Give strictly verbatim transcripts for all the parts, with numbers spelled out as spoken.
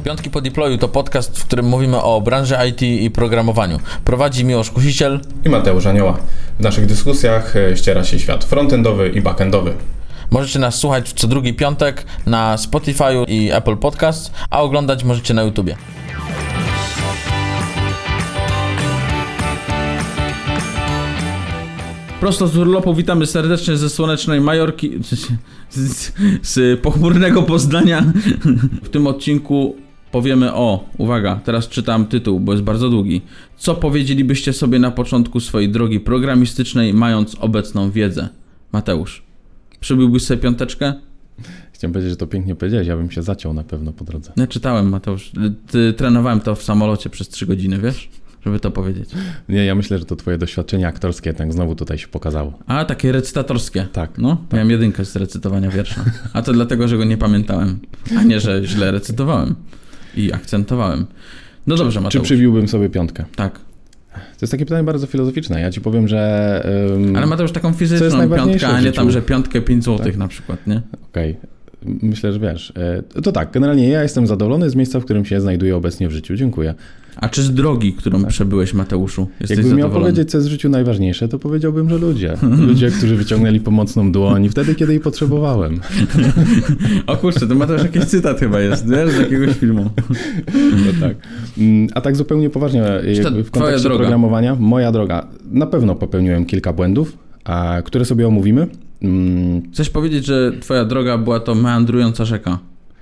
Piątki po deployu to podcast, w którym mówimy o branży I T i programowaniu. Prowadzi Miłosz Kusiciel i Mateusz Anioła. W naszych dyskusjach ściera się świat frontendowy i backendowy. Możecie nas słuchać w co drugi piątek na Spotify i Apple Podcast, a oglądać możecie na YouTubie. Prosto z urlopu witamy serdecznie ze słonecznej Majorki, z, z, z pochmurnego Poznania. W tym odcinku powiemy o, uwaga, teraz czytam tytuł, bo jest bardzo długi. Co powiedzielibyście sobie na początku swojej drogi programistycznej, mając obecną wiedzę? Mateusz, przybyłbyś sobie piąteczkę? Chciałem powiedzieć, że to pięknie powiedziałeś, ja bym się zaciął na pewno po drodze. Ja czytałem, Mateusz. Ty, trenowałem to w samolocie przez trzy godziny, wiesz? Żeby to powiedzieć. Nie, ja myślę, że to twoje doświadczenie aktorskie jednak znowu tutaj się pokazało. A, takie recytatorskie. Tak. No, tak. miałem jedynkę z recytowania wiersza. A to dlatego, że go nie pamiętałem. A nie, że źle recytowałem i akcentowałem. No dobrze, Mateusz. Czy przybiłbym sobie piątkę? Tak. To jest takie pytanie bardzo filozoficzne. Ja ci powiem, że... Um, Ale Mateusz, taką fizyczną piątkę, a nie tam, że piątkę pięć złotych tak. na przykład, nie? Okej. Okay. Myślę, że wiesz. To tak, generalnie ja jestem zadowolony z miejsca, w którym się znajduję obecnie w życiu. Dziękuję. A czy z drogi, którą tak. przebyłeś, Mateuszu? Jesteś Jakbym miał powiedzieć, co jest w życiu najważniejsze, to powiedziałbym, że ludzie. Ludzie, którzy wyciągnęli pomocną dłoń wtedy, kiedy jej potrzebowałem. O kurczę, to Mateusz jakiś cytat chyba jest, wiesz, z jakiegoś filmu. No tak. A tak zupełnie poważnie, jakby w kontekście programowania, moja droga, na pewno popełniłem kilka błędów, a, które sobie omówimy. Chcesz powiedzieć, że twoja droga była to meandrująca rzeka?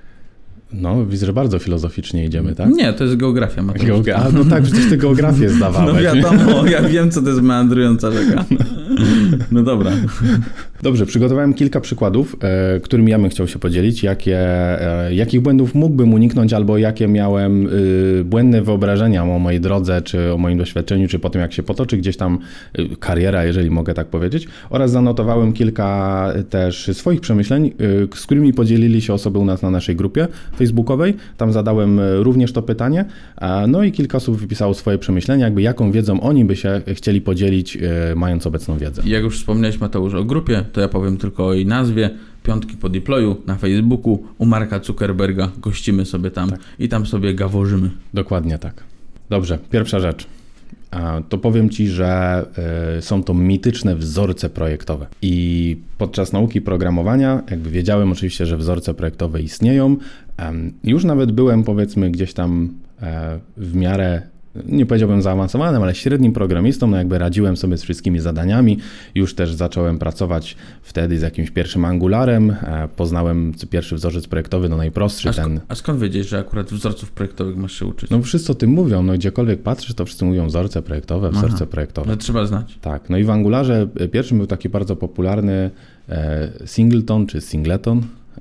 No, widzę, że bardzo filozoficznie idziemy, tak? Nie, to jest geografia, Mateusz. Geogra- A, no tak, przecież ty geografię zdawałeś. No wiadomo, ja wiem, co to jest meandrująca rzeka. No dobra. Dobrze, przygotowałem kilka przykładów, e, którymi ja bym chciał się podzielić, jakie, e, jakich błędów mógłbym uniknąć, albo jakie miałem y, błędne wyobrażenia o mojej drodze, czy o moim doświadczeniu, czy po tym, jak się potoczy gdzieś tam y, kariera, jeżeli mogę tak powiedzieć. Oraz zanotowałem kilka też swoich przemyśleń, y, z którymi podzielili się osoby u nas na naszej grupie facebookowej. Tam zadałem również to pytanie. A, no i kilka osób wypisało swoje przemyślenia, jakby jaką wiedzą oni by się chcieli podzielić, y, mając obecną wiedzę. Jak już wspomniałeś, Mateusz, o grupie, to ja powiem tylko o jej nazwie. Piątki po deployu na Facebooku. U Marka Zuckerberga gościmy sobie tam tak. i tam sobie gaworzymy. Dokładnie tak. Dobrze, pierwsza rzecz. To powiem Ci, że y, są to mityczne wzorce projektowe. I podczas nauki programowania jakby wiedziałem oczywiście, że wzorce projektowe istnieją. Um, już nawet byłem, powiedzmy, gdzieś tam e, w miarę, nie powiedziałbym zaawansowanym, ale średnim programistą, no jakby radziłem sobie z wszystkimi zadaniami. Już też zacząłem pracować wtedy z jakimś pierwszym Angularem. E, poznałem pierwszy wzorzec projektowy, no najprostszy. A, sk- ten. a skąd wiedzieć, że akurat wzorców projektowych masz się uczyć? No wszyscy o tym mówią, no gdziekolwiek patrzysz, to wszyscy mówią wzorce projektowe, wzorce Aha, projektowe. No trzeba znać. Tak, no i w Angularze pierwszym był taki bardzo popularny e, singleton czy singleton.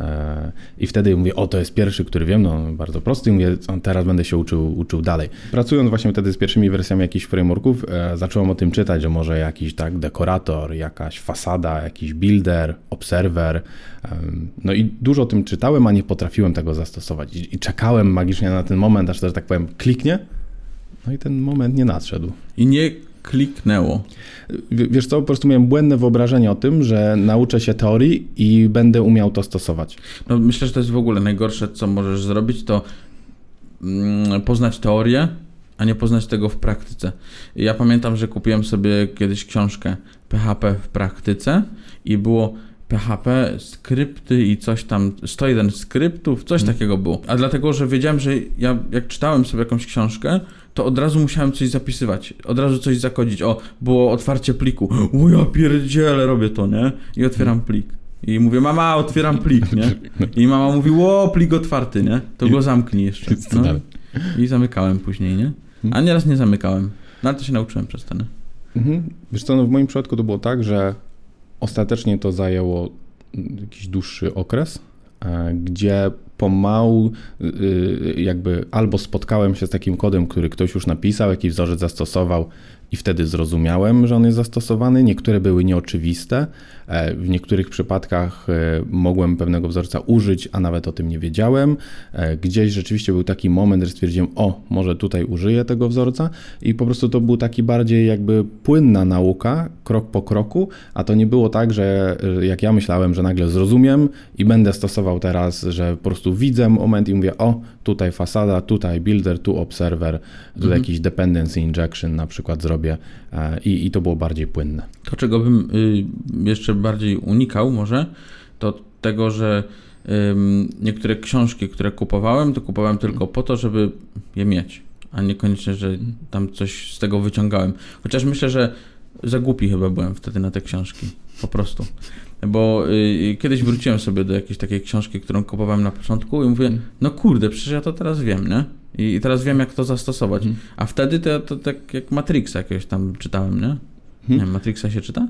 I wtedy mówię, o to jest pierwszy, który wiem, no bardzo prosty, i mówię, teraz będę się uczył, uczył dalej. Pracując właśnie wtedy z pierwszymi wersjami jakichś frameworków, e, zacząłem o tym czytać, że może jakiś tak dekorator, jakaś fasada, jakiś builder, observer. E, no i dużo o tym czytałem, a nie potrafiłem tego zastosować. I, i czekałem magicznie na ten moment, aż to, że tak powiem, kliknie. No i ten moment nie nadszedł. I nie kliknęło. W, wiesz co, po prostu miałem błędne wyobrażenie o tym, że nauczę się teorii i będę umiał to stosować. No myślę, że to jest w ogóle najgorsze, co możesz zrobić, to mm, poznać teorię, a nie poznać tego w praktyce. Ja pamiętam, że kupiłem sobie kiedyś książkę P H P w praktyce i było P H P, skrypty i coś tam, sto jeden skryptów, coś hmm. takiego było. A dlatego, że wiedziałem, że ja jak czytałem sobie jakąś książkę, to od razu musiałem coś zapisywać, od razu coś zakodzić. O, było otwarcie pliku. O ja pierdziele, robię to, nie? I otwieram plik. I mówię, mama, otwieram plik, nie? I mama mówi, o, plik otwarty, nie? To go zamknij jeszcze. No. I zamykałem później, nie? A nieraz nie zamykałem. No ale to się nauczyłem przez ten. Mhm. Wiesz co, no w moim przypadku to było tak, że ostatecznie to zajęło jakiś dłuższy okres, gdzie pomału jakby albo spotkałem się z takim kodem, który ktoś już napisał, jakiś wzorzec zastosował i wtedy zrozumiałem, że on jest zastosowany. Niektóre były nieoczywiste. W niektórych przypadkach mogłem pewnego wzorca użyć, a nawet o tym nie wiedziałem. Gdzieś rzeczywiście był taki moment, że stwierdziłem, o, może tutaj użyję tego wzorca i po prostu to był taki bardziej jakby płynna nauka, krok po kroku, a to nie było tak, że jak ja myślałem, że nagle zrozumiem i będę stosował teraz, że po prostu prostu widzę moment i mówię, o, tutaj fasada, tutaj builder, tu observer, tutaj mhm. jakiś dependency injection na przykład zrobię i, i to było bardziej płynne. To, czego bym y, jeszcze bardziej unikał może, to tego, że y, niektóre książki, które kupowałem, to kupowałem tylko po to, żeby je mieć, a niekoniecznie, że tam coś z tego wyciągałem. Chociaż myślę, że za głupi chyba byłem wtedy na te książki, po prostu. Bo y, kiedyś wróciłem sobie do jakiejś takiej książki, którą kupowałem na początku i mówię, no kurde, przecież ja to teraz wiem, nie? I, i teraz wiem, jak to zastosować. Hmm. A wtedy to, to tak jak Matrixa jakiegoś tam czytałem, nie? Hmm. Nie wiem, Matrixa się czyta?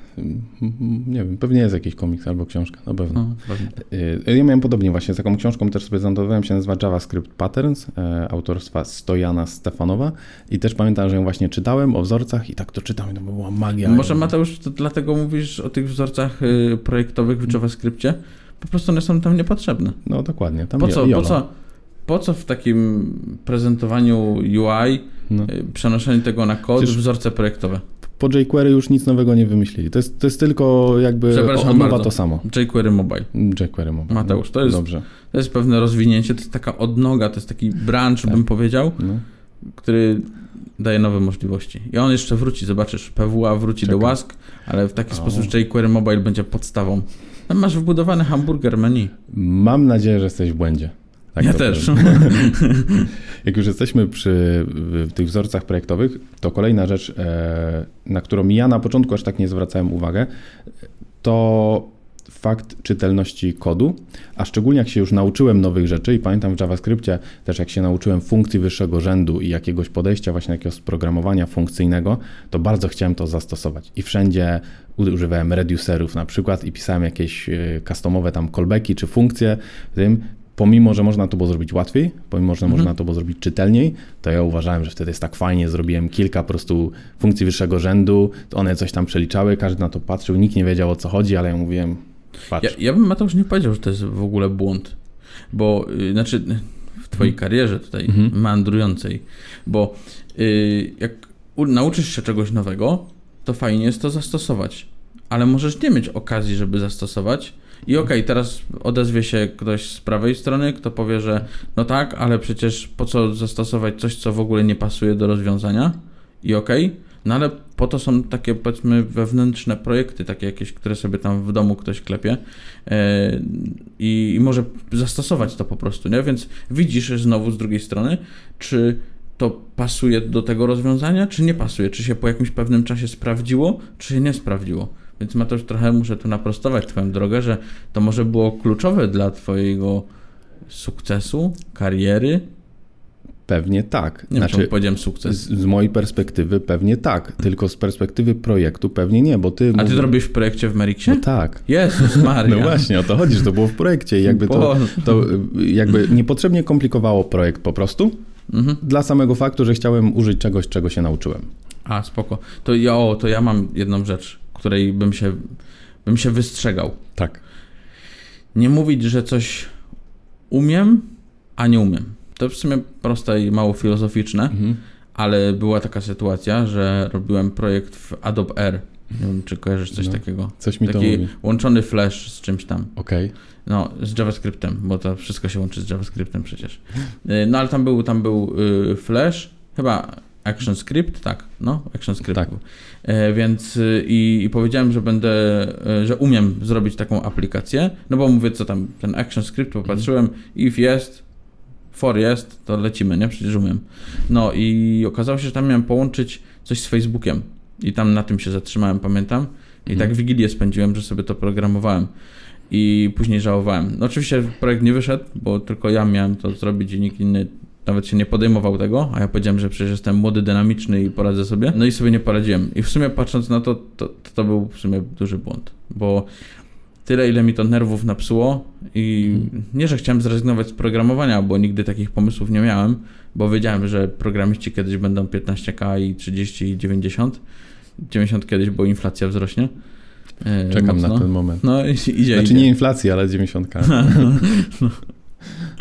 Nie wiem, pewnie jest jakiś komiks albo książka, na pewno. No, pewnie. Ja miałem podobnie właśnie, z taką książką też sobie zanotowałem, się nazywa JavaScript Patterns, e, autorstwa Stojana Stefanowa i też pamiętam, że ją właśnie czytałem o wzorcach i tak to czytam i to była magia. Może Mateusz, to dlatego mówisz o tych wzorcach y, projektowych w JavaScriptie? Po prostu one są tam niepotrzebne. No dokładnie. Tam po, co, po, co, po co w takim prezentowaniu U I no. y, przenoszenie tego na kod, Przecież... wzorce projektowe? Po jQuery już nic nowego nie wymyślili. To jest, to jest tylko jakby od nowa to samo. jQuery Mobile. jQuery Mobile. Mateusz, to jest, Dobrze. to jest pewne rozwinięcie, to jest taka odnoga, to jest taki branch, tak. bym powiedział, no. który daje nowe możliwości. I on jeszcze wróci, zobaczysz, P W A wróci Czekam. do łask, ale w taki o. sposób, że jQuery Mobile będzie podstawą. Tam masz wbudowany hamburger menu. Mam nadzieję, że jesteś w błędzie. Tak ja też. Jak już jesteśmy przy tych wzorcach projektowych, to kolejna rzecz, na którą ja na początku aż tak nie zwracałem uwagę, to fakt czytelności kodu, a szczególnie jak się już nauczyłem nowych rzeczy i pamiętam w JavaScriptie też jak się nauczyłem funkcji wyższego rzędu i jakiegoś podejścia właśnie jakiegoś programowania funkcyjnego, to bardzo chciałem to zastosować i wszędzie używałem reducerów na przykład i pisałem jakieś customowe tam callbacki czy funkcje w tym. Pomimo, że można to było zrobić łatwiej, pomimo, że mhm. można to było zrobić czytelniej, to ja uważałem, że wtedy jest tak fajnie, zrobiłem kilka po prostu funkcji wyższego rzędu, to one coś tam przeliczały, każdy na to patrzył, nikt nie wiedział o co chodzi, ale ja mówiłem, patrz. Ja, ja bym Mateusz nie powiedział, że to jest w ogóle błąd, bo yy, znaczy w twojej mhm. karierze tutaj mhm. meandrującej, bo yy, jak u, nauczysz się czegoś nowego, to fajnie jest to zastosować, ale możesz nie mieć okazji, żeby zastosować. I okej, okay, teraz odezwie się ktoś z prawej strony, kto powie, że no tak, ale przecież po co zastosować coś, co w ogóle nie pasuje do rozwiązania? I okej, okay, no ale po to są takie, powiedzmy, wewnętrzne projekty, takie jakieś, które sobie tam w domu ktoś klepie yy, i, i może zastosować to po prostu, nie? Więc widzisz znowu z drugiej strony, czy to pasuje do tego rozwiązania, czy nie pasuje, czy się po jakimś pewnym czasie sprawdziło, czy się nie sprawdziło. Więc Mateusz, trochę muszę tu naprostować twoją drogę, że to może było kluczowe dla twojego sukcesu, kariery? Pewnie tak. Nie znaczy, wiem, powiedziałem sukces. Z, z mojej perspektywy pewnie tak, tylko z perspektywy projektu pewnie nie, bo ty... A ty to robisz w projekcie w Merixie? No tak. Jezus Maria. No właśnie, o to chodzi, że to było w projekcie i jakby to, to jakby niepotrzebnie komplikowało projekt po prostu, mhm. dla samego faktu, że chciałem użyć czegoś, czego się nauczyłem. A, spoko. To ja, o, to ja mam jedną rzecz, której bym się, bym się wystrzegał. Tak. Nie mówić, że coś umiem, a nie umiem. To w sumie proste i mało filozoficzne, mhm. ale była taka sytuacja, że robiłem projekt w Adobe R. Nie wiem, czy kojarzysz coś no, takiego. Coś mi Taki to mówi. łączony Flash z czymś tam. Okej. Okay. No, z JavaScriptem, bo to wszystko się łączy z JavaScriptem przecież. No, ale tam był, tam był Flash, chyba ActionScript, tak, no, ActionScript tak. był. E, więc i, i powiedziałem, że będę, że umiem zrobić taką aplikację, no bo mówię, co tam, ten ActionScript, popatrzyłem, mm. if jest, for jest, to lecimy, nie? Przecież umiem. No i okazało się, że tam miałem połączyć coś z Facebookiem i tam na tym się zatrzymałem, pamiętam. I mm. tak Wigilię spędziłem, że sobie to programowałem. I później żałowałem. No oczywiście projekt nie wyszedł, bo tylko ja miałem to zrobić i nikt inny nawet się nie podejmował tego, a ja powiedziałem, że przecież jestem młody, dynamiczny i poradzę sobie. No i sobie nie poradziłem. I w sumie patrząc na to, to, to był w sumie duży błąd, bo tyle, ile mi to nerwów napsuło i hmm. nie, że chciałem zrezygnować z programowania, bo nigdy takich pomysłów nie miałem, bo wiedziałem, że programiści kiedyś będą piętnaście ka i trzydzieści i dziewięćdziesiąt. dziewięćdziesiąt kiedyś, bo inflacja wzrośnie. Czekam mocno. na ten moment. No idzie, Znaczy idzie. nie inflacja, ale dziewięćdziesiąt ka. no.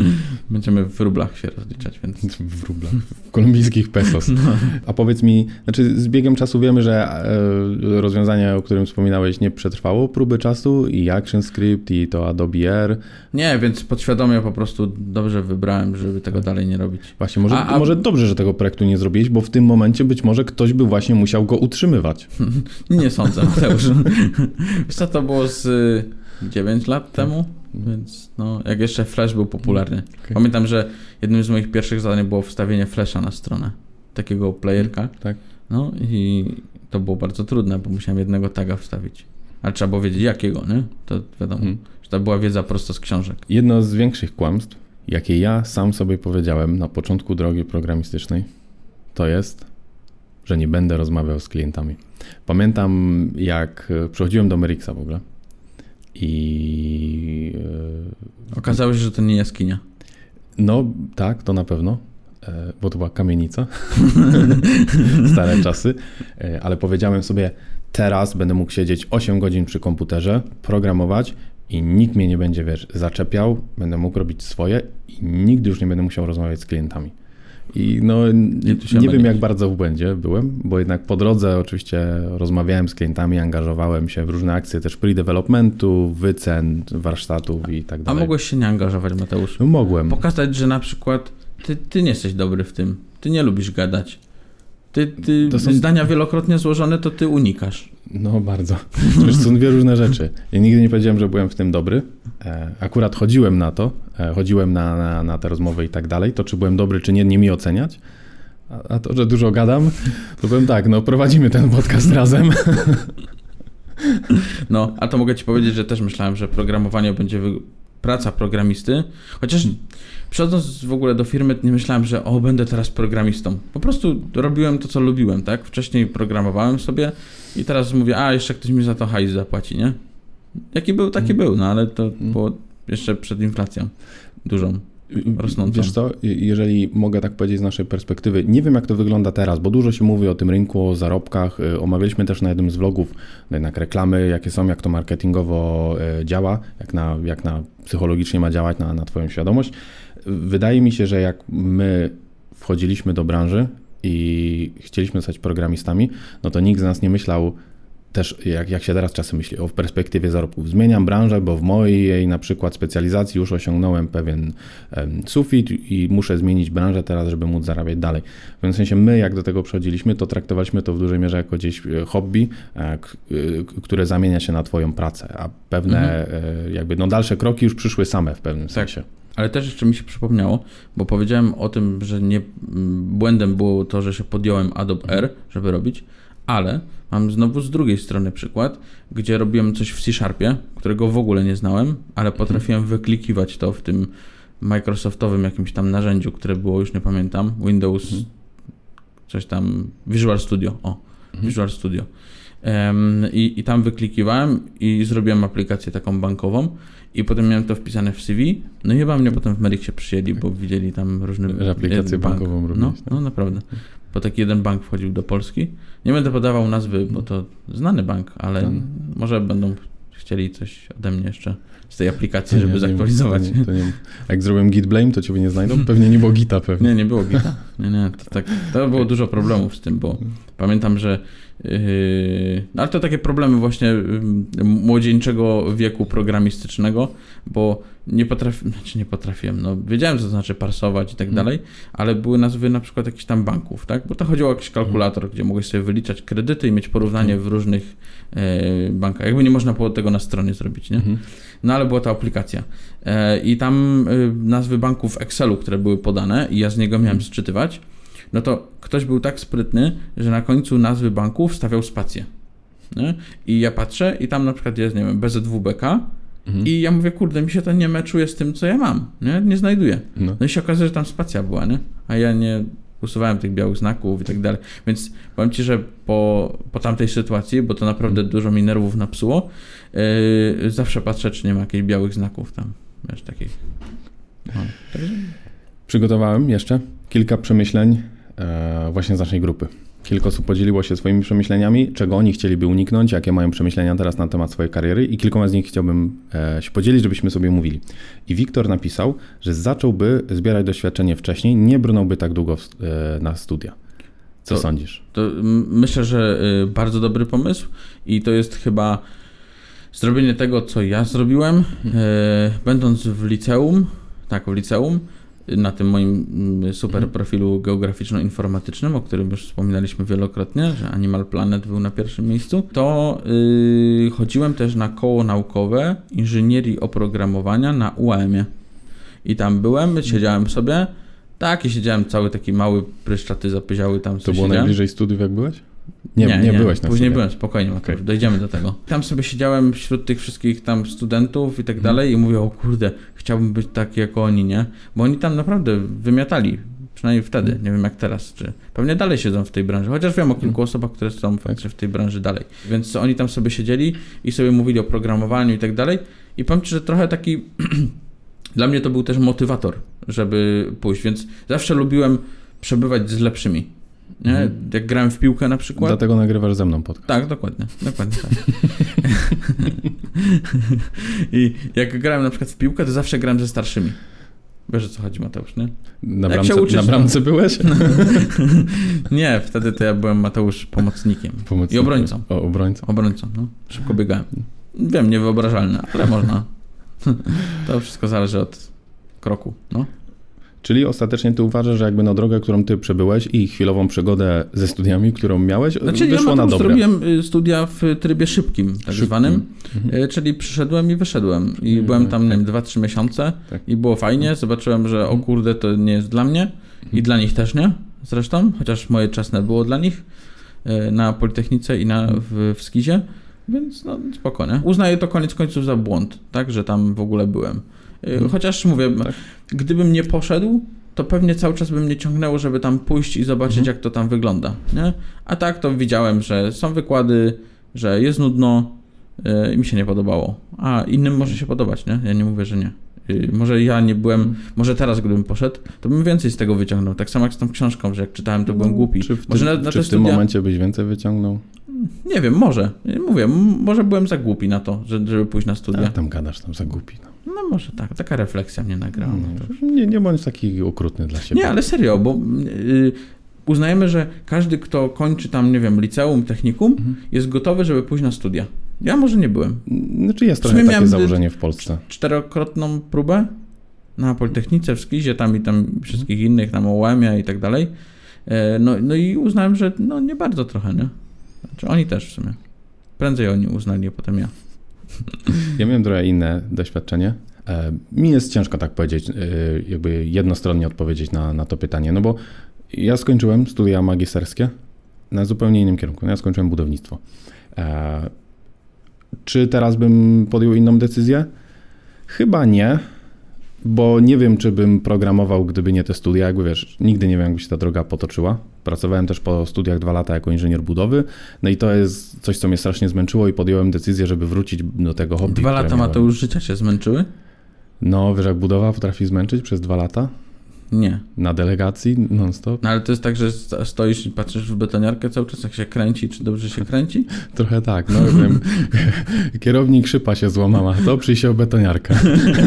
Będziemy w rublach się rozliczać, więc... W rublach, w kolumbijskich pesos. No. A powiedz mi, znaczy z biegiem czasu wiemy, że e, rozwiązanie, o którym wspominałeś, nie przetrwało próby czasu i ActionScript i to Adobe R. Nie, więc podświadomie po prostu dobrze wybrałem, żeby tego dalej nie robić. Właśnie, może, a, a... może dobrze, że tego projektu nie zrobiłeś, bo w tym momencie być może ktoś by właśnie musiał go utrzymywać. Nie sądzę, Mateusz. Wiesz co, to było z dziewięć lat temu? Więc no, jak jeszcze Flash był popularny. Okay. Pamiętam, że jednym z moich pierwszych zadań było wstawienie Flasha na stronę. Takiego playerka. Tak. No i to było bardzo trudne, bo musiałem jednego taga wstawić. Ale trzeba było wiedzieć jakiego, nie? To wiadomo, hmm. że to była wiedza prosto z książek. Jedno z większych kłamstw, jakie ja sam sobie powiedziałem na początku drogi programistycznej, to jest, że nie będę rozmawiał z klientami. Pamiętam, jak przychodziłem do Merixa w ogóle. I yy, okazało się, że to nie jaskinia. No tak, to na pewno, yy, bo to była kamienica. Stare czasy. Yy, ale powiedziałem sobie, teraz będę mógł siedzieć osiem godzin przy komputerze, programować i nikt mnie nie będzie, wiesz, zaczepiał, będę mógł robić swoje i nigdy już nie będę musiał rozmawiać z klientami. I no nie, nie wiem, jak bardzo w błędzie byłem, bo jednak po drodze oczywiście rozmawiałem z klientami, angażowałem się w różne akcje też pre-developmentu, wycen, warsztatów i tak dalej. A mogłeś się nie angażować, Mateusz? No mogłem. Pokazać, że na przykład ty, ty nie jesteś dobry w tym, ty nie lubisz gadać. Ty, ty to są zdania wielokrotnie złożone, to ty unikasz. No bardzo. To są dwie różne rzeczy. Ja nigdy nie powiedziałem, że byłem w tym dobry. Akurat chodziłem na to, chodziłem na, na, na te rozmowy i tak dalej. To czy byłem dobry, czy nie, nie mi oceniać. A, a to, że dużo gadam, to powiem tak, no prowadzimy ten podcast razem. No, a to mogę ci powiedzieć, że też myślałem, że programowanie będzie wy... praca programisty, chociaż przychodząc w ogóle do firmy nie myślałem, że o, będę teraz programistą. Po prostu robiłem to, co lubiłem, tak? Wcześniej programowałem sobie i teraz mówię, a jeszcze ktoś mi za to hajs zapłaci, nie? Jaki był, taki mm. był, no ale to mm. było jeszcze przed inflacją dużą, rosnącą. Wiesz co, jeżeli mogę tak powiedzieć z naszej perspektywy, nie wiem jak to wygląda teraz, bo dużo się mówi o tym rynku, o zarobkach. Omawialiśmy też na jednym z vlogów jednak reklamy, jakie są, jak to marketingowo działa, jak na, jak na psychologicznie ma działać na, na twoją świadomość. Wydaje mi się, że jak my wchodziliśmy do branży i chcieliśmy zostać programistami, no to nikt z nas nie myślał też, jak, jak się teraz czasem myśli, o w perspektywie zarobków. Zmieniam branżę, bo w mojej na przykład specjalizacji już osiągnąłem pewien um, sufit i muszę zmienić branżę teraz, żeby móc zarabiać dalej. W pewnym sensie my, jak do tego przechodziliśmy, to traktowaliśmy to w dużej mierze jako gdzieś hobby, k- które zamienia się na twoją pracę, a pewne mhm. jakby no dalsze kroki już przyszły same w pewnym sensie. Tak. Ale też jeszcze mi się przypomniało, bo powiedziałem o tym, że nie, błędem było to, że się podjąłem Adobe R, żeby robić, ale mam znowu z drugiej strony przykład, gdzie robiłem coś w C-Sharpie, którego w ogóle nie znałem, ale potrafiłem wyklikiwać to w tym Microsoftowym jakimś tam narzędziu, które było, już nie pamiętam, Windows, mhm. coś tam, Visual Studio, o, mhm. Visual Studio. Um, i, I tam wyklikiwałem i zrobiłem aplikację taką bankową i potem miałem to wpisane w C V, no i chyba mnie potem w Merixie przyjęli, bo widzieli tam różne... Aplikację bank. bankową robić. No, no naprawdę. Bo taki jeden bank wchodził do Polski. Nie będę podawał nazwy, bo to znany bank, ale to... może będą chcieli coś ode mnie jeszcze z tej aplikacji, żeby nie, zaktualizować. Nie, to nie, to nie. Jak zrobiłem git blame, to ciebie nie znajdą? Pewnie nie było gita pewnie. Nie, nie było gita. Nie, nie, to, tak, to było dużo problemów z tym, bo pamiętam, że yy, ale to takie problemy właśnie yy, młodzieńczego wieku programistycznego, bo nie potrafiłem, znaczy nie potrafiłem, no wiedziałem, co to znaczy parsować i tak hmm. dalej, ale były nazwy na przykład jakichś tam banków, tak? Bo to chodziło o jakiś kalkulator, hmm. gdzie mogłeś sobie wyliczać kredyty i mieć porównanie hmm. w różnych yy, bankach. Jakby nie można było tego na stronie zrobić, nie? Hmm. No ale była to aplikacja. Yy, I tam yy, nazwy banków w Excelu, które były podane i ja z niego miałem zczytywać, no to ktoś był tak sprytny, że na końcu nazwy banków wstawiał spację. Nie? I ja patrzę i tam na przykład jest, nie wiem, B Z W B K mhm. i ja mówię, kurde, mi się to nie meczuje z tym, co ja mam. Nie, nie znajduję. No. no i się okazuje, że tam spacja była, nie? A ja nie usuwałem tych białych znaków i tak dalej. Więc powiem ci, że po, po tamtej sytuacji, bo to naprawdę mhm. dużo mi nerwów napsuło, yy, zawsze patrzę, czy nie ma jakichś białych znaków tam, wiesz, takich. No. Przygotowałem jeszcze kilka przemyśleń e, właśnie z naszej grupy. Kilka osób podzieliło się swoimi przemyśleniami, czego oni chcieliby uniknąć, jakie mają przemyślenia teraz na temat swojej kariery i kilkoma z nich chciałbym e, się podzielić, żebyśmy sobie mówili. I Wiktor napisał, że zacząłby zbierać doświadczenie wcześniej, nie brnąłby tak długo w, e, na studia. Co to, sądzisz? To myślę, że y, bardzo dobry pomysł i to jest chyba zrobienie tego, co ja zrobiłem, y, będąc w liceum, tak, w liceum, na tym moim super profilu geograficzno-informatycznym, o którym już wspominaliśmy wielokrotnie, że Animal Planet był na pierwszym miejscu, to yy, chodziłem też na koło naukowe inżynierii oprogramowania na U A M-ie. I tam byłem, siedziałem sobie, tak, i siedziałem cały taki mały pryszczaty zapyziały tam. To było siedziałem. Najbliżej studiów, jak byłeś? Nie, nie, nie, nie byłeś na później studiach. Byłem, spokojnie, okay. Dojdziemy do tego. Tam sobie siedziałem wśród tych wszystkich tam studentów i tak dalej i mówię, o kurde, chciałbym być taki jak oni, nie? Bo oni tam naprawdę wymiatali, przynajmniej wtedy, nie wiem jak teraz, czy pewnie dalej siedzą w tej branży, chociaż wiem o kilku osobach, które są faktycznie w tej branży dalej. Więc oni tam sobie siedzieli i sobie mówili o programowaniu i tak dalej i powiem Ci, że trochę taki dla mnie to był też motywator, żeby pójść, więc zawsze lubiłem przebywać z lepszymi. Nie? Hmm. Jak grałem w piłkę na przykład. Dlatego nagrywasz ze mną podcast. Tak, dokładnie. Dokładnie tak. I jak grałem na przykład w piłkę, to zawsze grałem ze starszymi. Wiesz, o co chodzi, Mateusz, nie? Na bramce, uczysz, na bramce no... byłeś? Nie, wtedy to ja byłem, Mateusz, pomocnikiem. pomocnikiem. I obrońcą. O, obrońcą. Obrońcą, no. Szybko biegałem. Wiem, niewyobrażalne, ale można. To wszystko zależy od kroku, no. Czyli ostatecznie ty uważasz, że jakby na drogę, którą ty przebyłeś i chwilową przygodę ze studiami, którą miałeś, znaczy, wyszło ja na dobre. Zrobiłem studia w trybie szybkim, tak szybkim. zwanym, mhm. czyli przyszedłem i wyszedłem. I mhm. byłem tam, nie wiem, dwa trzy miesiące tak. i było fajnie. Zobaczyłem, że o kurde, to nie jest dla mnie mhm. i dla nich też nie, zresztą, chociaż moje czasne było dla nich na Politechnice i na, w, w Skizie, więc no spoko, nie? Uznaję to koniec końców za błąd, tak, że tam w ogóle byłem. Chociaż mówię, tak. gdybym nie poszedł, to pewnie cały czas by mnie ciągnęło, żeby tam pójść i zobaczyć, mhm. jak to tam wygląda, nie? A tak to widziałem, że są wykłady, że jest nudno yy, i mi się nie podobało. A innym może się podobać, nie? Ja nie mówię, że nie. Yy, może ja nie byłem, mhm. może teraz gdybym poszedł, to bym więcej z tego wyciągnął. Tak samo jak z tą książką, że jak czytałem, to byłem głupi. Czy w, może tym, na, na czy w studia... tym momencie byś więcej wyciągnął? Nie wiem, może. Mówię, może byłem za głupi na to, żeby pójść na studia. A tam gadasz, tam za głupi, no. No może tak, taka refleksja mnie nagrała. No, nie, nie bądź taki okrutny dla siebie. Nie, ale serio, bo yy, uznajemy, że każdy, kto kończy tam, nie wiem, liceum, technikum, mhm. jest gotowy, żeby pójść na studia. Ja może nie byłem. Znaczy jest trochę takie założenie w Polsce. Czterokrotną próbę na Politechnice, w Skizie, tam i tam wszystkich mhm. innych, tam O U M-ie i tak dalej. Yy, no, no i uznałem, że no nie bardzo trochę, nie? Znaczy oni też w sumie. Prędzej oni uznali, a potem ja. Ja miałem trochę inne doświadczenie. Mi jest ciężko tak powiedzieć, jakby jednostronnie odpowiedzieć na, na to pytanie, no bo ja skończyłem studia magisterskie na zupełnie innym kierunku. Ja skończyłem budownictwo. Czy teraz bym podjął inną decyzję? Chyba nie, bo nie wiem, czy bym programował, gdyby nie te studia. Jakby wiesz, nigdy nie wiem, jakby się ta droga potoczyła. Pracowałem też po studiach dwa lata jako inżynier budowy, no i to jest coś, co mnie strasznie zmęczyło i podjąłem decyzję, żeby wrócić do tego hobby. Dwa lata ma to już życia się zmęczyły? No, wiesz, jak budowa potrafi zmęczyć przez dwa lata? Nie. Na delegacji non-stop? No ale to jest tak, że stoisz i patrzysz w betoniarkę cały czas, jak się kręci, czy dobrze się kręci? Trochę tak, no wiem. Kierownik szyba się złamała, to przyjść o betoniarkę.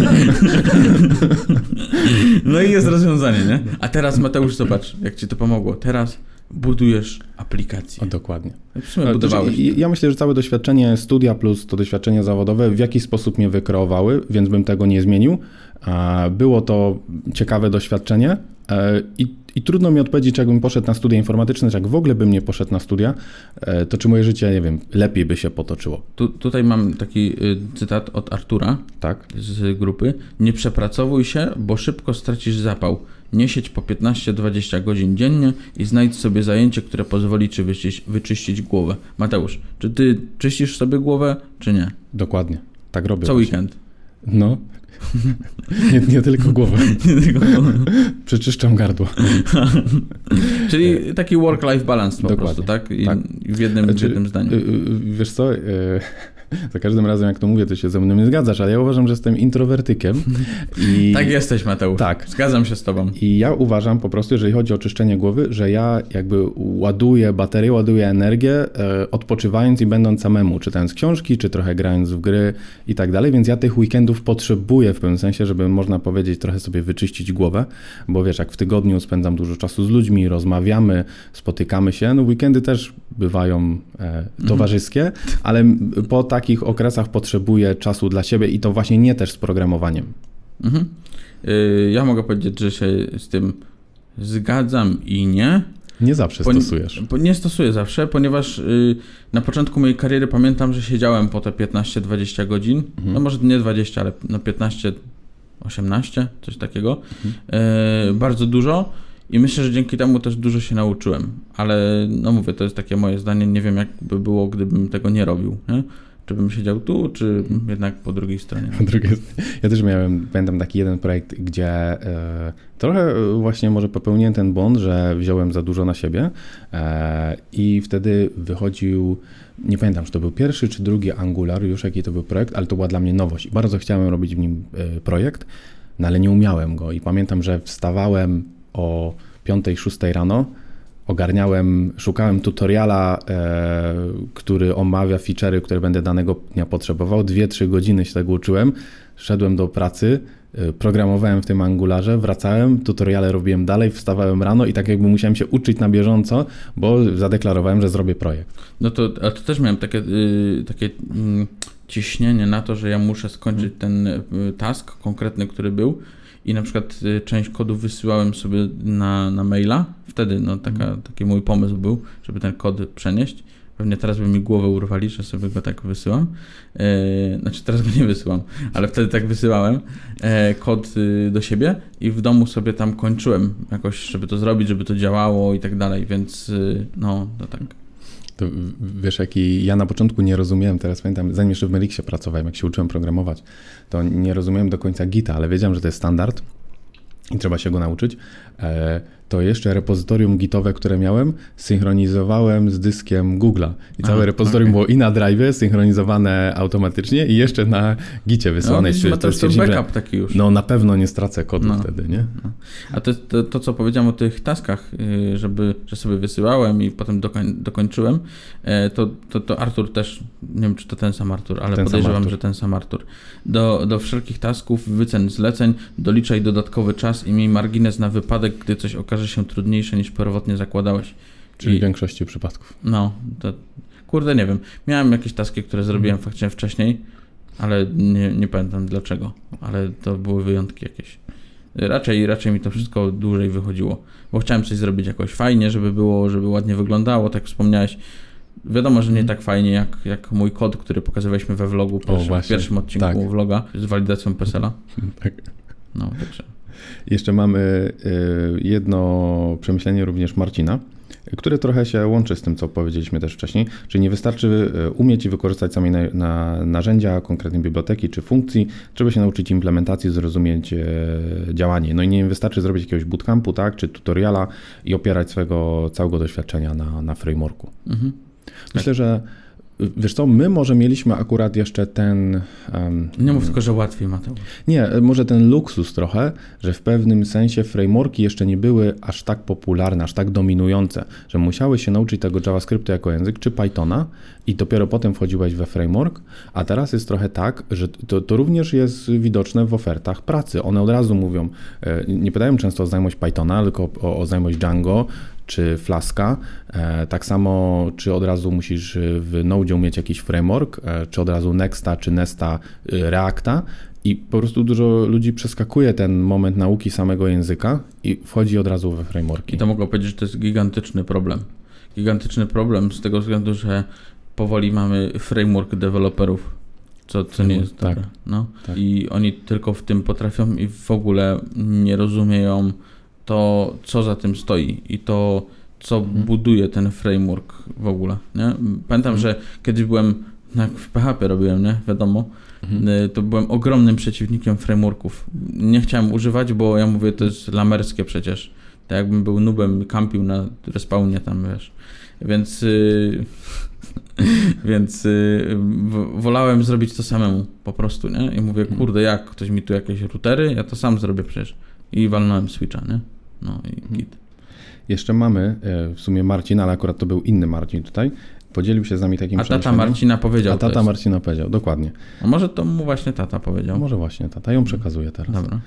No i jest rozwiązanie, nie? A teraz, Mateusz, zobacz, jak ci to pomogło. Teraz budujesz aplikację. O, dokładnie. W sumie budowałeś. Ja myślę, że całe doświadczenie studia plus to doświadczenie zawodowe w jakiś sposób mnie wykreowały, więc bym tego nie zmienił. Było to ciekawe doświadczenie i, i trudno mi odpowiedzieć, czy jakbym poszedł na studia informatyczne, czy jak w ogóle bym nie poszedł na studia, to czy moje życie, nie wiem, lepiej by się potoczyło. Tu, tutaj mam taki cytat od Artura tak. z grupy. Nie przepracowuj się, bo szybko stracisz zapał. Nie siedź po piętnaście dwadzieścia godzin dziennie i znajdź sobie zajęcie, które pozwoli ci wyczyścić, wyczyścić głowę. Mateusz, czy ty czyścisz sobie głowę, czy nie? Dokładnie. Tak robię. Co właśnie. Weekend? No. Nie, nie tylko głowę. Nie tylko głowę. Przeczyszczam gardło. Czyli taki work-life balance po Dokładnie. prostu, tak? I tak. w jednym, znaczy, w jednym zdaniu. Wiesz co, Za każdym razem, jak to mówię, to się ze mną nie zgadzasz, ale ja uważam, że jestem introwertykiem. I... Tak jesteś, Mateusz. Tak. Zgadzam się z tobą. I ja uważam po prostu, jeżeli chodzi o czyszczenie głowy, że ja jakby ładuję baterię, ładuję energię, e, odpoczywając i będąc samemu, czytając książki, czy trochę grając w gry i tak dalej, więc ja tych weekendów potrzebuję w pewnym sensie, żeby można powiedzieć trochę sobie wyczyścić głowę, bo wiesz, jak w tygodniu spędzam dużo czasu z ludźmi, rozmawiamy, spotykamy się, no weekendy też bywają e, towarzyskie, mhm. ale po takich okresach potrzebuję czasu dla siebie i to właśnie nie też z programowaniem. Mhm. Yy, ja mogę powiedzieć, że się z tym zgadzam i nie. Nie zawsze po, stosujesz. Po, nie stosuję zawsze, ponieważ yy, na początku mojej kariery pamiętam, że siedziałem po te piętnaście dwadzieścia godzin, mhm. no może nie dwadzieścia, ale no piętnaście osiemnaście, coś takiego. Mhm. Yy, bardzo dużo. I myślę, że dzięki temu też dużo się nauczyłem, ale no mówię, to jest takie moje zdanie, nie wiem jak by było, gdybym tego nie robił, nie? Czy bym siedział tu, czy jednak po drugiej stronie. Po drugiej stronie. Ja też miałem, pamiętam taki jeden projekt, gdzie e, trochę właśnie może popełniłem ten błąd, że wziąłem za dużo na siebie e, i wtedy wychodził, nie pamiętam, czy to był pierwszy, czy drugi Angular, już jaki to był projekt, ale to była dla mnie nowość i bardzo chciałem robić w nim e, projekt, no ale nie umiałem go i pamiętam, że wstawałem o piątej, szóstej rano, ogarniałem, szukałem tutoriala, e, który omawia feature'y, które będę danego dnia potrzebował. Dwie, trzy godziny się tego uczyłem. Szedłem do pracy, e, programowałem w tym Angularze, wracałem, tutoriale robiłem dalej, wstawałem rano i tak jakby musiałem się uczyć na bieżąco, bo zadeklarowałem, że zrobię projekt. No to, a to też miałem takie, y, takie y, ciśnienie na to, że ja muszę skończyć ten y, task konkretny, który był. I na przykład y, część kodu wysyłałem sobie na, na maila. Wtedy no, taka, mm. taki mój pomysł był, żeby ten kod przenieść. Pewnie teraz by mi głowę urwali, że sobie go tak wysyłam. E, znaczy teraz go nie wysyłam, ale wtedy tak wysyłałem e, kod y, do siebie i w domu sobie tam kończyłem jakoś, żeby to zrobić, żeby to działało i tak dalej, więc y, no to tak. To wiesz, jaki ja na początku nie rozumiałem, teraz pamiętam, zanim jeszcze w Melixie pracowałem, jak się uczyłem programować, to nie rozumiałem do końca Gita, ale wiedziałem, że to jest standard i trzeba się go nauczyć. E, to jeszcze repozytorium gitowe, które miałem, synchronizowałem z dyskiem Google'a. I całe Aha, repozytorium okay. było i na drive'ie, synchronizowane automatycznie i jeszcze na gicie wysłane. No, to jest to backup taki już. No na pewno nie stracę kodu no, wtedy, nie? No. A to, to, to, co powiedziałem o tych taskach, żeby, że sobie wysyłałem i potem dokoń, dokończyłem, to, to, to Artur też, nie wiem, czy to ten sam Artur, ale ten podejrzewam, Artur. że ten sam Artur. Do, do wszelkich tasków, wycen zleceń doliczaj dodatkowy czas i miej margines na wypadek, gdy coś okaże się trudniejsze niż pierwotnie zakładałeś. Czyli I, w większości przypadków. No, to kurde, nie wiem. Miałem jakieś taski, które zrobiłem mm. faktycznie wcześniej, ale nie, nie pamiętam dlaczego, ale to były wyjątki jakieś. Raczej, raczej mi to wszystko dłużej wychodziło, bo chciałem coś zrobić jakoś fajnie, żeby było, żeby ładnie wyglądało, tak wspomniałeś. Wiadomo, że nie tak fajnie jak, jak mój kod, który pokazywaliśmy we vlogu, pierwszym, o, w pierwszym odcinku tak. vloga z walidacją P E S E L-a. Tak. No, także. Jeszcze mamy jedno przemyślenie również Marcina, które trochę się łączy z tym, co powiedzieliśmy też wcześniej, czyli nie wystarczy umieć i wykorzystać samej na, na narzędzia, konkretnej biblioteki czy funkcji, trzeba się nauczyć implementacji, zrozumieć e, działanie. No i nie wystarczy zrobić jakiegoś bootcampu, tak, czy tutoriala i opierać swojego całego doświadczenia na, na frameworku. Mhm. Myślę, tak. że wiesz co, my może mieliśmy akurat jeszcze ten... Um, nie mów tylko, że łatwiej, Mateusz. Nie, może ten luksus trochę, że w pewnym sensie frameworki jeszcze nie były aż tak popularne, aż tak dominujące, że musiałeś się nauczyć tego JavaScriptu jako język, czy Pythona i dopiero potem wchodziłeś we framework, a teraz jest trochę tak, że to, to również jest widoczne w ofertach pracy. One od razu mówią, nie pytają często o znajomość Pythona, tylko o, o znajomość Django, czy Flaska, e, tak samo czy od razu musisz w Node umieć jakiś framework, e, czy od razu Nexta, czy Nesta, e, Reacta i po prostu dużo ludzi przeskakuje ten moment nauki samego języka i wchodzi od razu we frameworki. I to mogę powiedzieć, że to jest gigantyczny problem. Gigantyczny problem z tego względu, że powoli mamy framework deweloperów, co, co nie jest tak, dobre. No. Tak. I oni tylko w tym potrafią i w ogóle nie rozumieją to, co za tym stoi i to, co mhm. buduje ten framework w ogóle, nie? Pamiętam, mhm. że kiedyś byłem, jak w P H P robiłem, nie? Wiadomo, mhm. to byłem ogromnym przeciwnikiem frameworków. Nie chciałem używać, bo ja mówię, to jest lamerskie przecież. Tak jakbym był noobem, kampił na respawnie tam, wiesz. Więc yy, Więc y, w, wolałem zrobić to samemu po prostu, nie? I mówię, kurde, jak ktoś mi tu jakieś routery, ja to sam zrobię przecież. I walnąłem switcha, nie? No i git. Jeszcze mamy w sumie Marcin, ale akurat to był inny Marcin tutaj. Podzielił się z nami takim A tata Marcina powiedział. A tata Marcina powiedział, dokładnie. A może to mu właśnie tata powiedział? Może właśnie tata, ją przekazuje teraz. Dobra.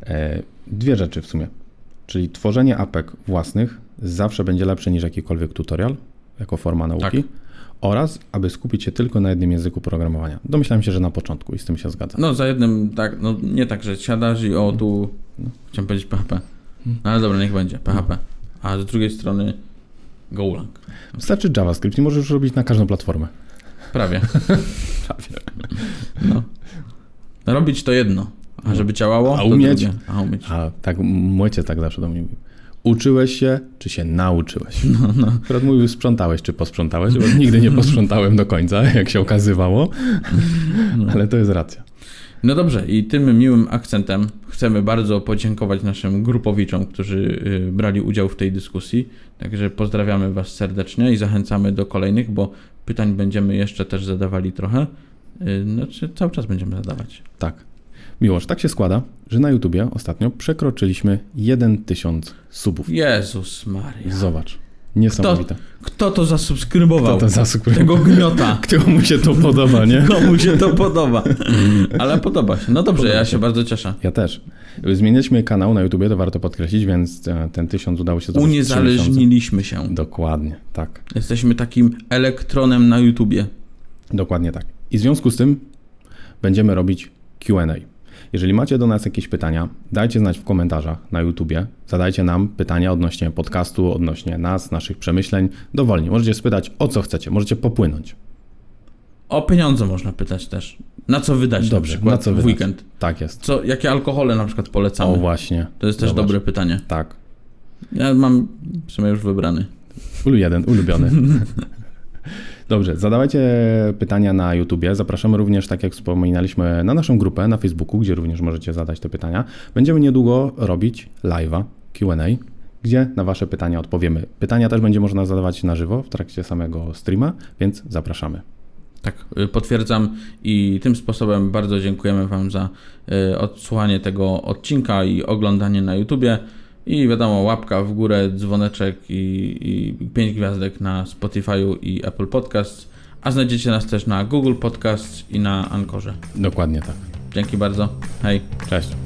Dwie rzeczy w sumie. Czyli tworzenie apek własnych zawsze będzie lepsze niż jakikolwiek tutorial, jako forma nauki. Tak. Oraz, aby skupić się tylko na jednym języku programowania. Domyślałem się, że na początku i z tym się zgadzam. No za jednym, tak, no nie tak, że siadasz i o tu, no. Chciałem powiedzieć P H P. No ale dobra, niech będzie, P H P. A z drugiej strony Golang. Wystarczy JavaScript i możesz już robić na każdą platformę. Prawie. Prawie. No. Robić to jedno, a żeby działało, a umieć, to drugie. A umieć. A tak, mój ojciec tak zawsze do mnie mówił. Uczyłeś się, czy się nauczyłeś? No, no. Akurat mówił, sprzątałeś, czy posprzątałeś, bo nigdy nie posprzątałem do końca, jak się okazywało, no. Ale to jest racja. No dobrze, i tym miłym akcentem chcemy bardzo podziękować naszym grupowiczom, którzy brali udział w tej dyskusji. Także pozdrawiamy Was serdecznie i zachęcamy do kolejnych, bo pytań będziemy jeszcze też zadawali trochę. Znaczy cały czas będziemy zadawać. Tak. Miłosz, tak się składa, że na YouTubie ostatnio przekroczyliśmy jeden tysiąc subów. Jezus Maria. Zobacz. Niesamowite. Kto, kto to zasubskrybował? Kto to zasubskrybował? Tego gniota. Komu się to podoba, nie? Komu się to podoba. Ale podoba się. No dobrze, podoba ja się, się bardzo cieszę. Ja też. Zmieniliśmy kanał na YouTubie, to warto podkreślić, więc ten tysiąc udało się zrobić. Uniezależniliśmy się. Dokładnie, tak. Jesteśmy takim elektronem na YouTubie. Dokładnie tak. I w związku z tym będziemy robić Q and A. Jeżeli macie do nas jakieś pytania, dajcie znać w komentarzach na YouTubie. Zadajcie nam pytania odnośnie podcastu, odnośnie nas, naszych przemyśleń. Dowolnie. Możecie spytać o co chcecie. Możecie popłynąć. O pieniądze można pytać też. Na co wydać Dobrze, na przykład na co w wydać? weekend? Tak jest. Co, jakie alkohole na przykład polecamy? O właśnie. To jest też Zobacz. dobre pytanie. Tak. Ja mam w sumie już wybrany. Ulu jeden, ulubiony. Dobrze, zadawajcie pytania na YouTubie. Zapraszamy również, tak jak wspominaliśmy, na naszą grupę na Facebooku, gdzie również możecie zadać te pytania. Będziemy niedługo robić live'a, Q and A, gdzie na wasze pytania odpowiemy. Pytania też będzie można zadawać na żywo w trakcie samego streama, więc zapraszamy. Tak, potwierdzam i tym sposobem bardzo dziękujemy Wam za odsłuchanie tego odcinka i oglądanie na YouTubie. I wiadomo, łapka w górę, dzwoneczek i, i pięć gwiazdek na Spotify'u i Apple Podcasts, a znajdziecie nas też na Google Podcasts i na Anchorze. Dokładnie tak. Dzięki bardzo. Hej. Cześć.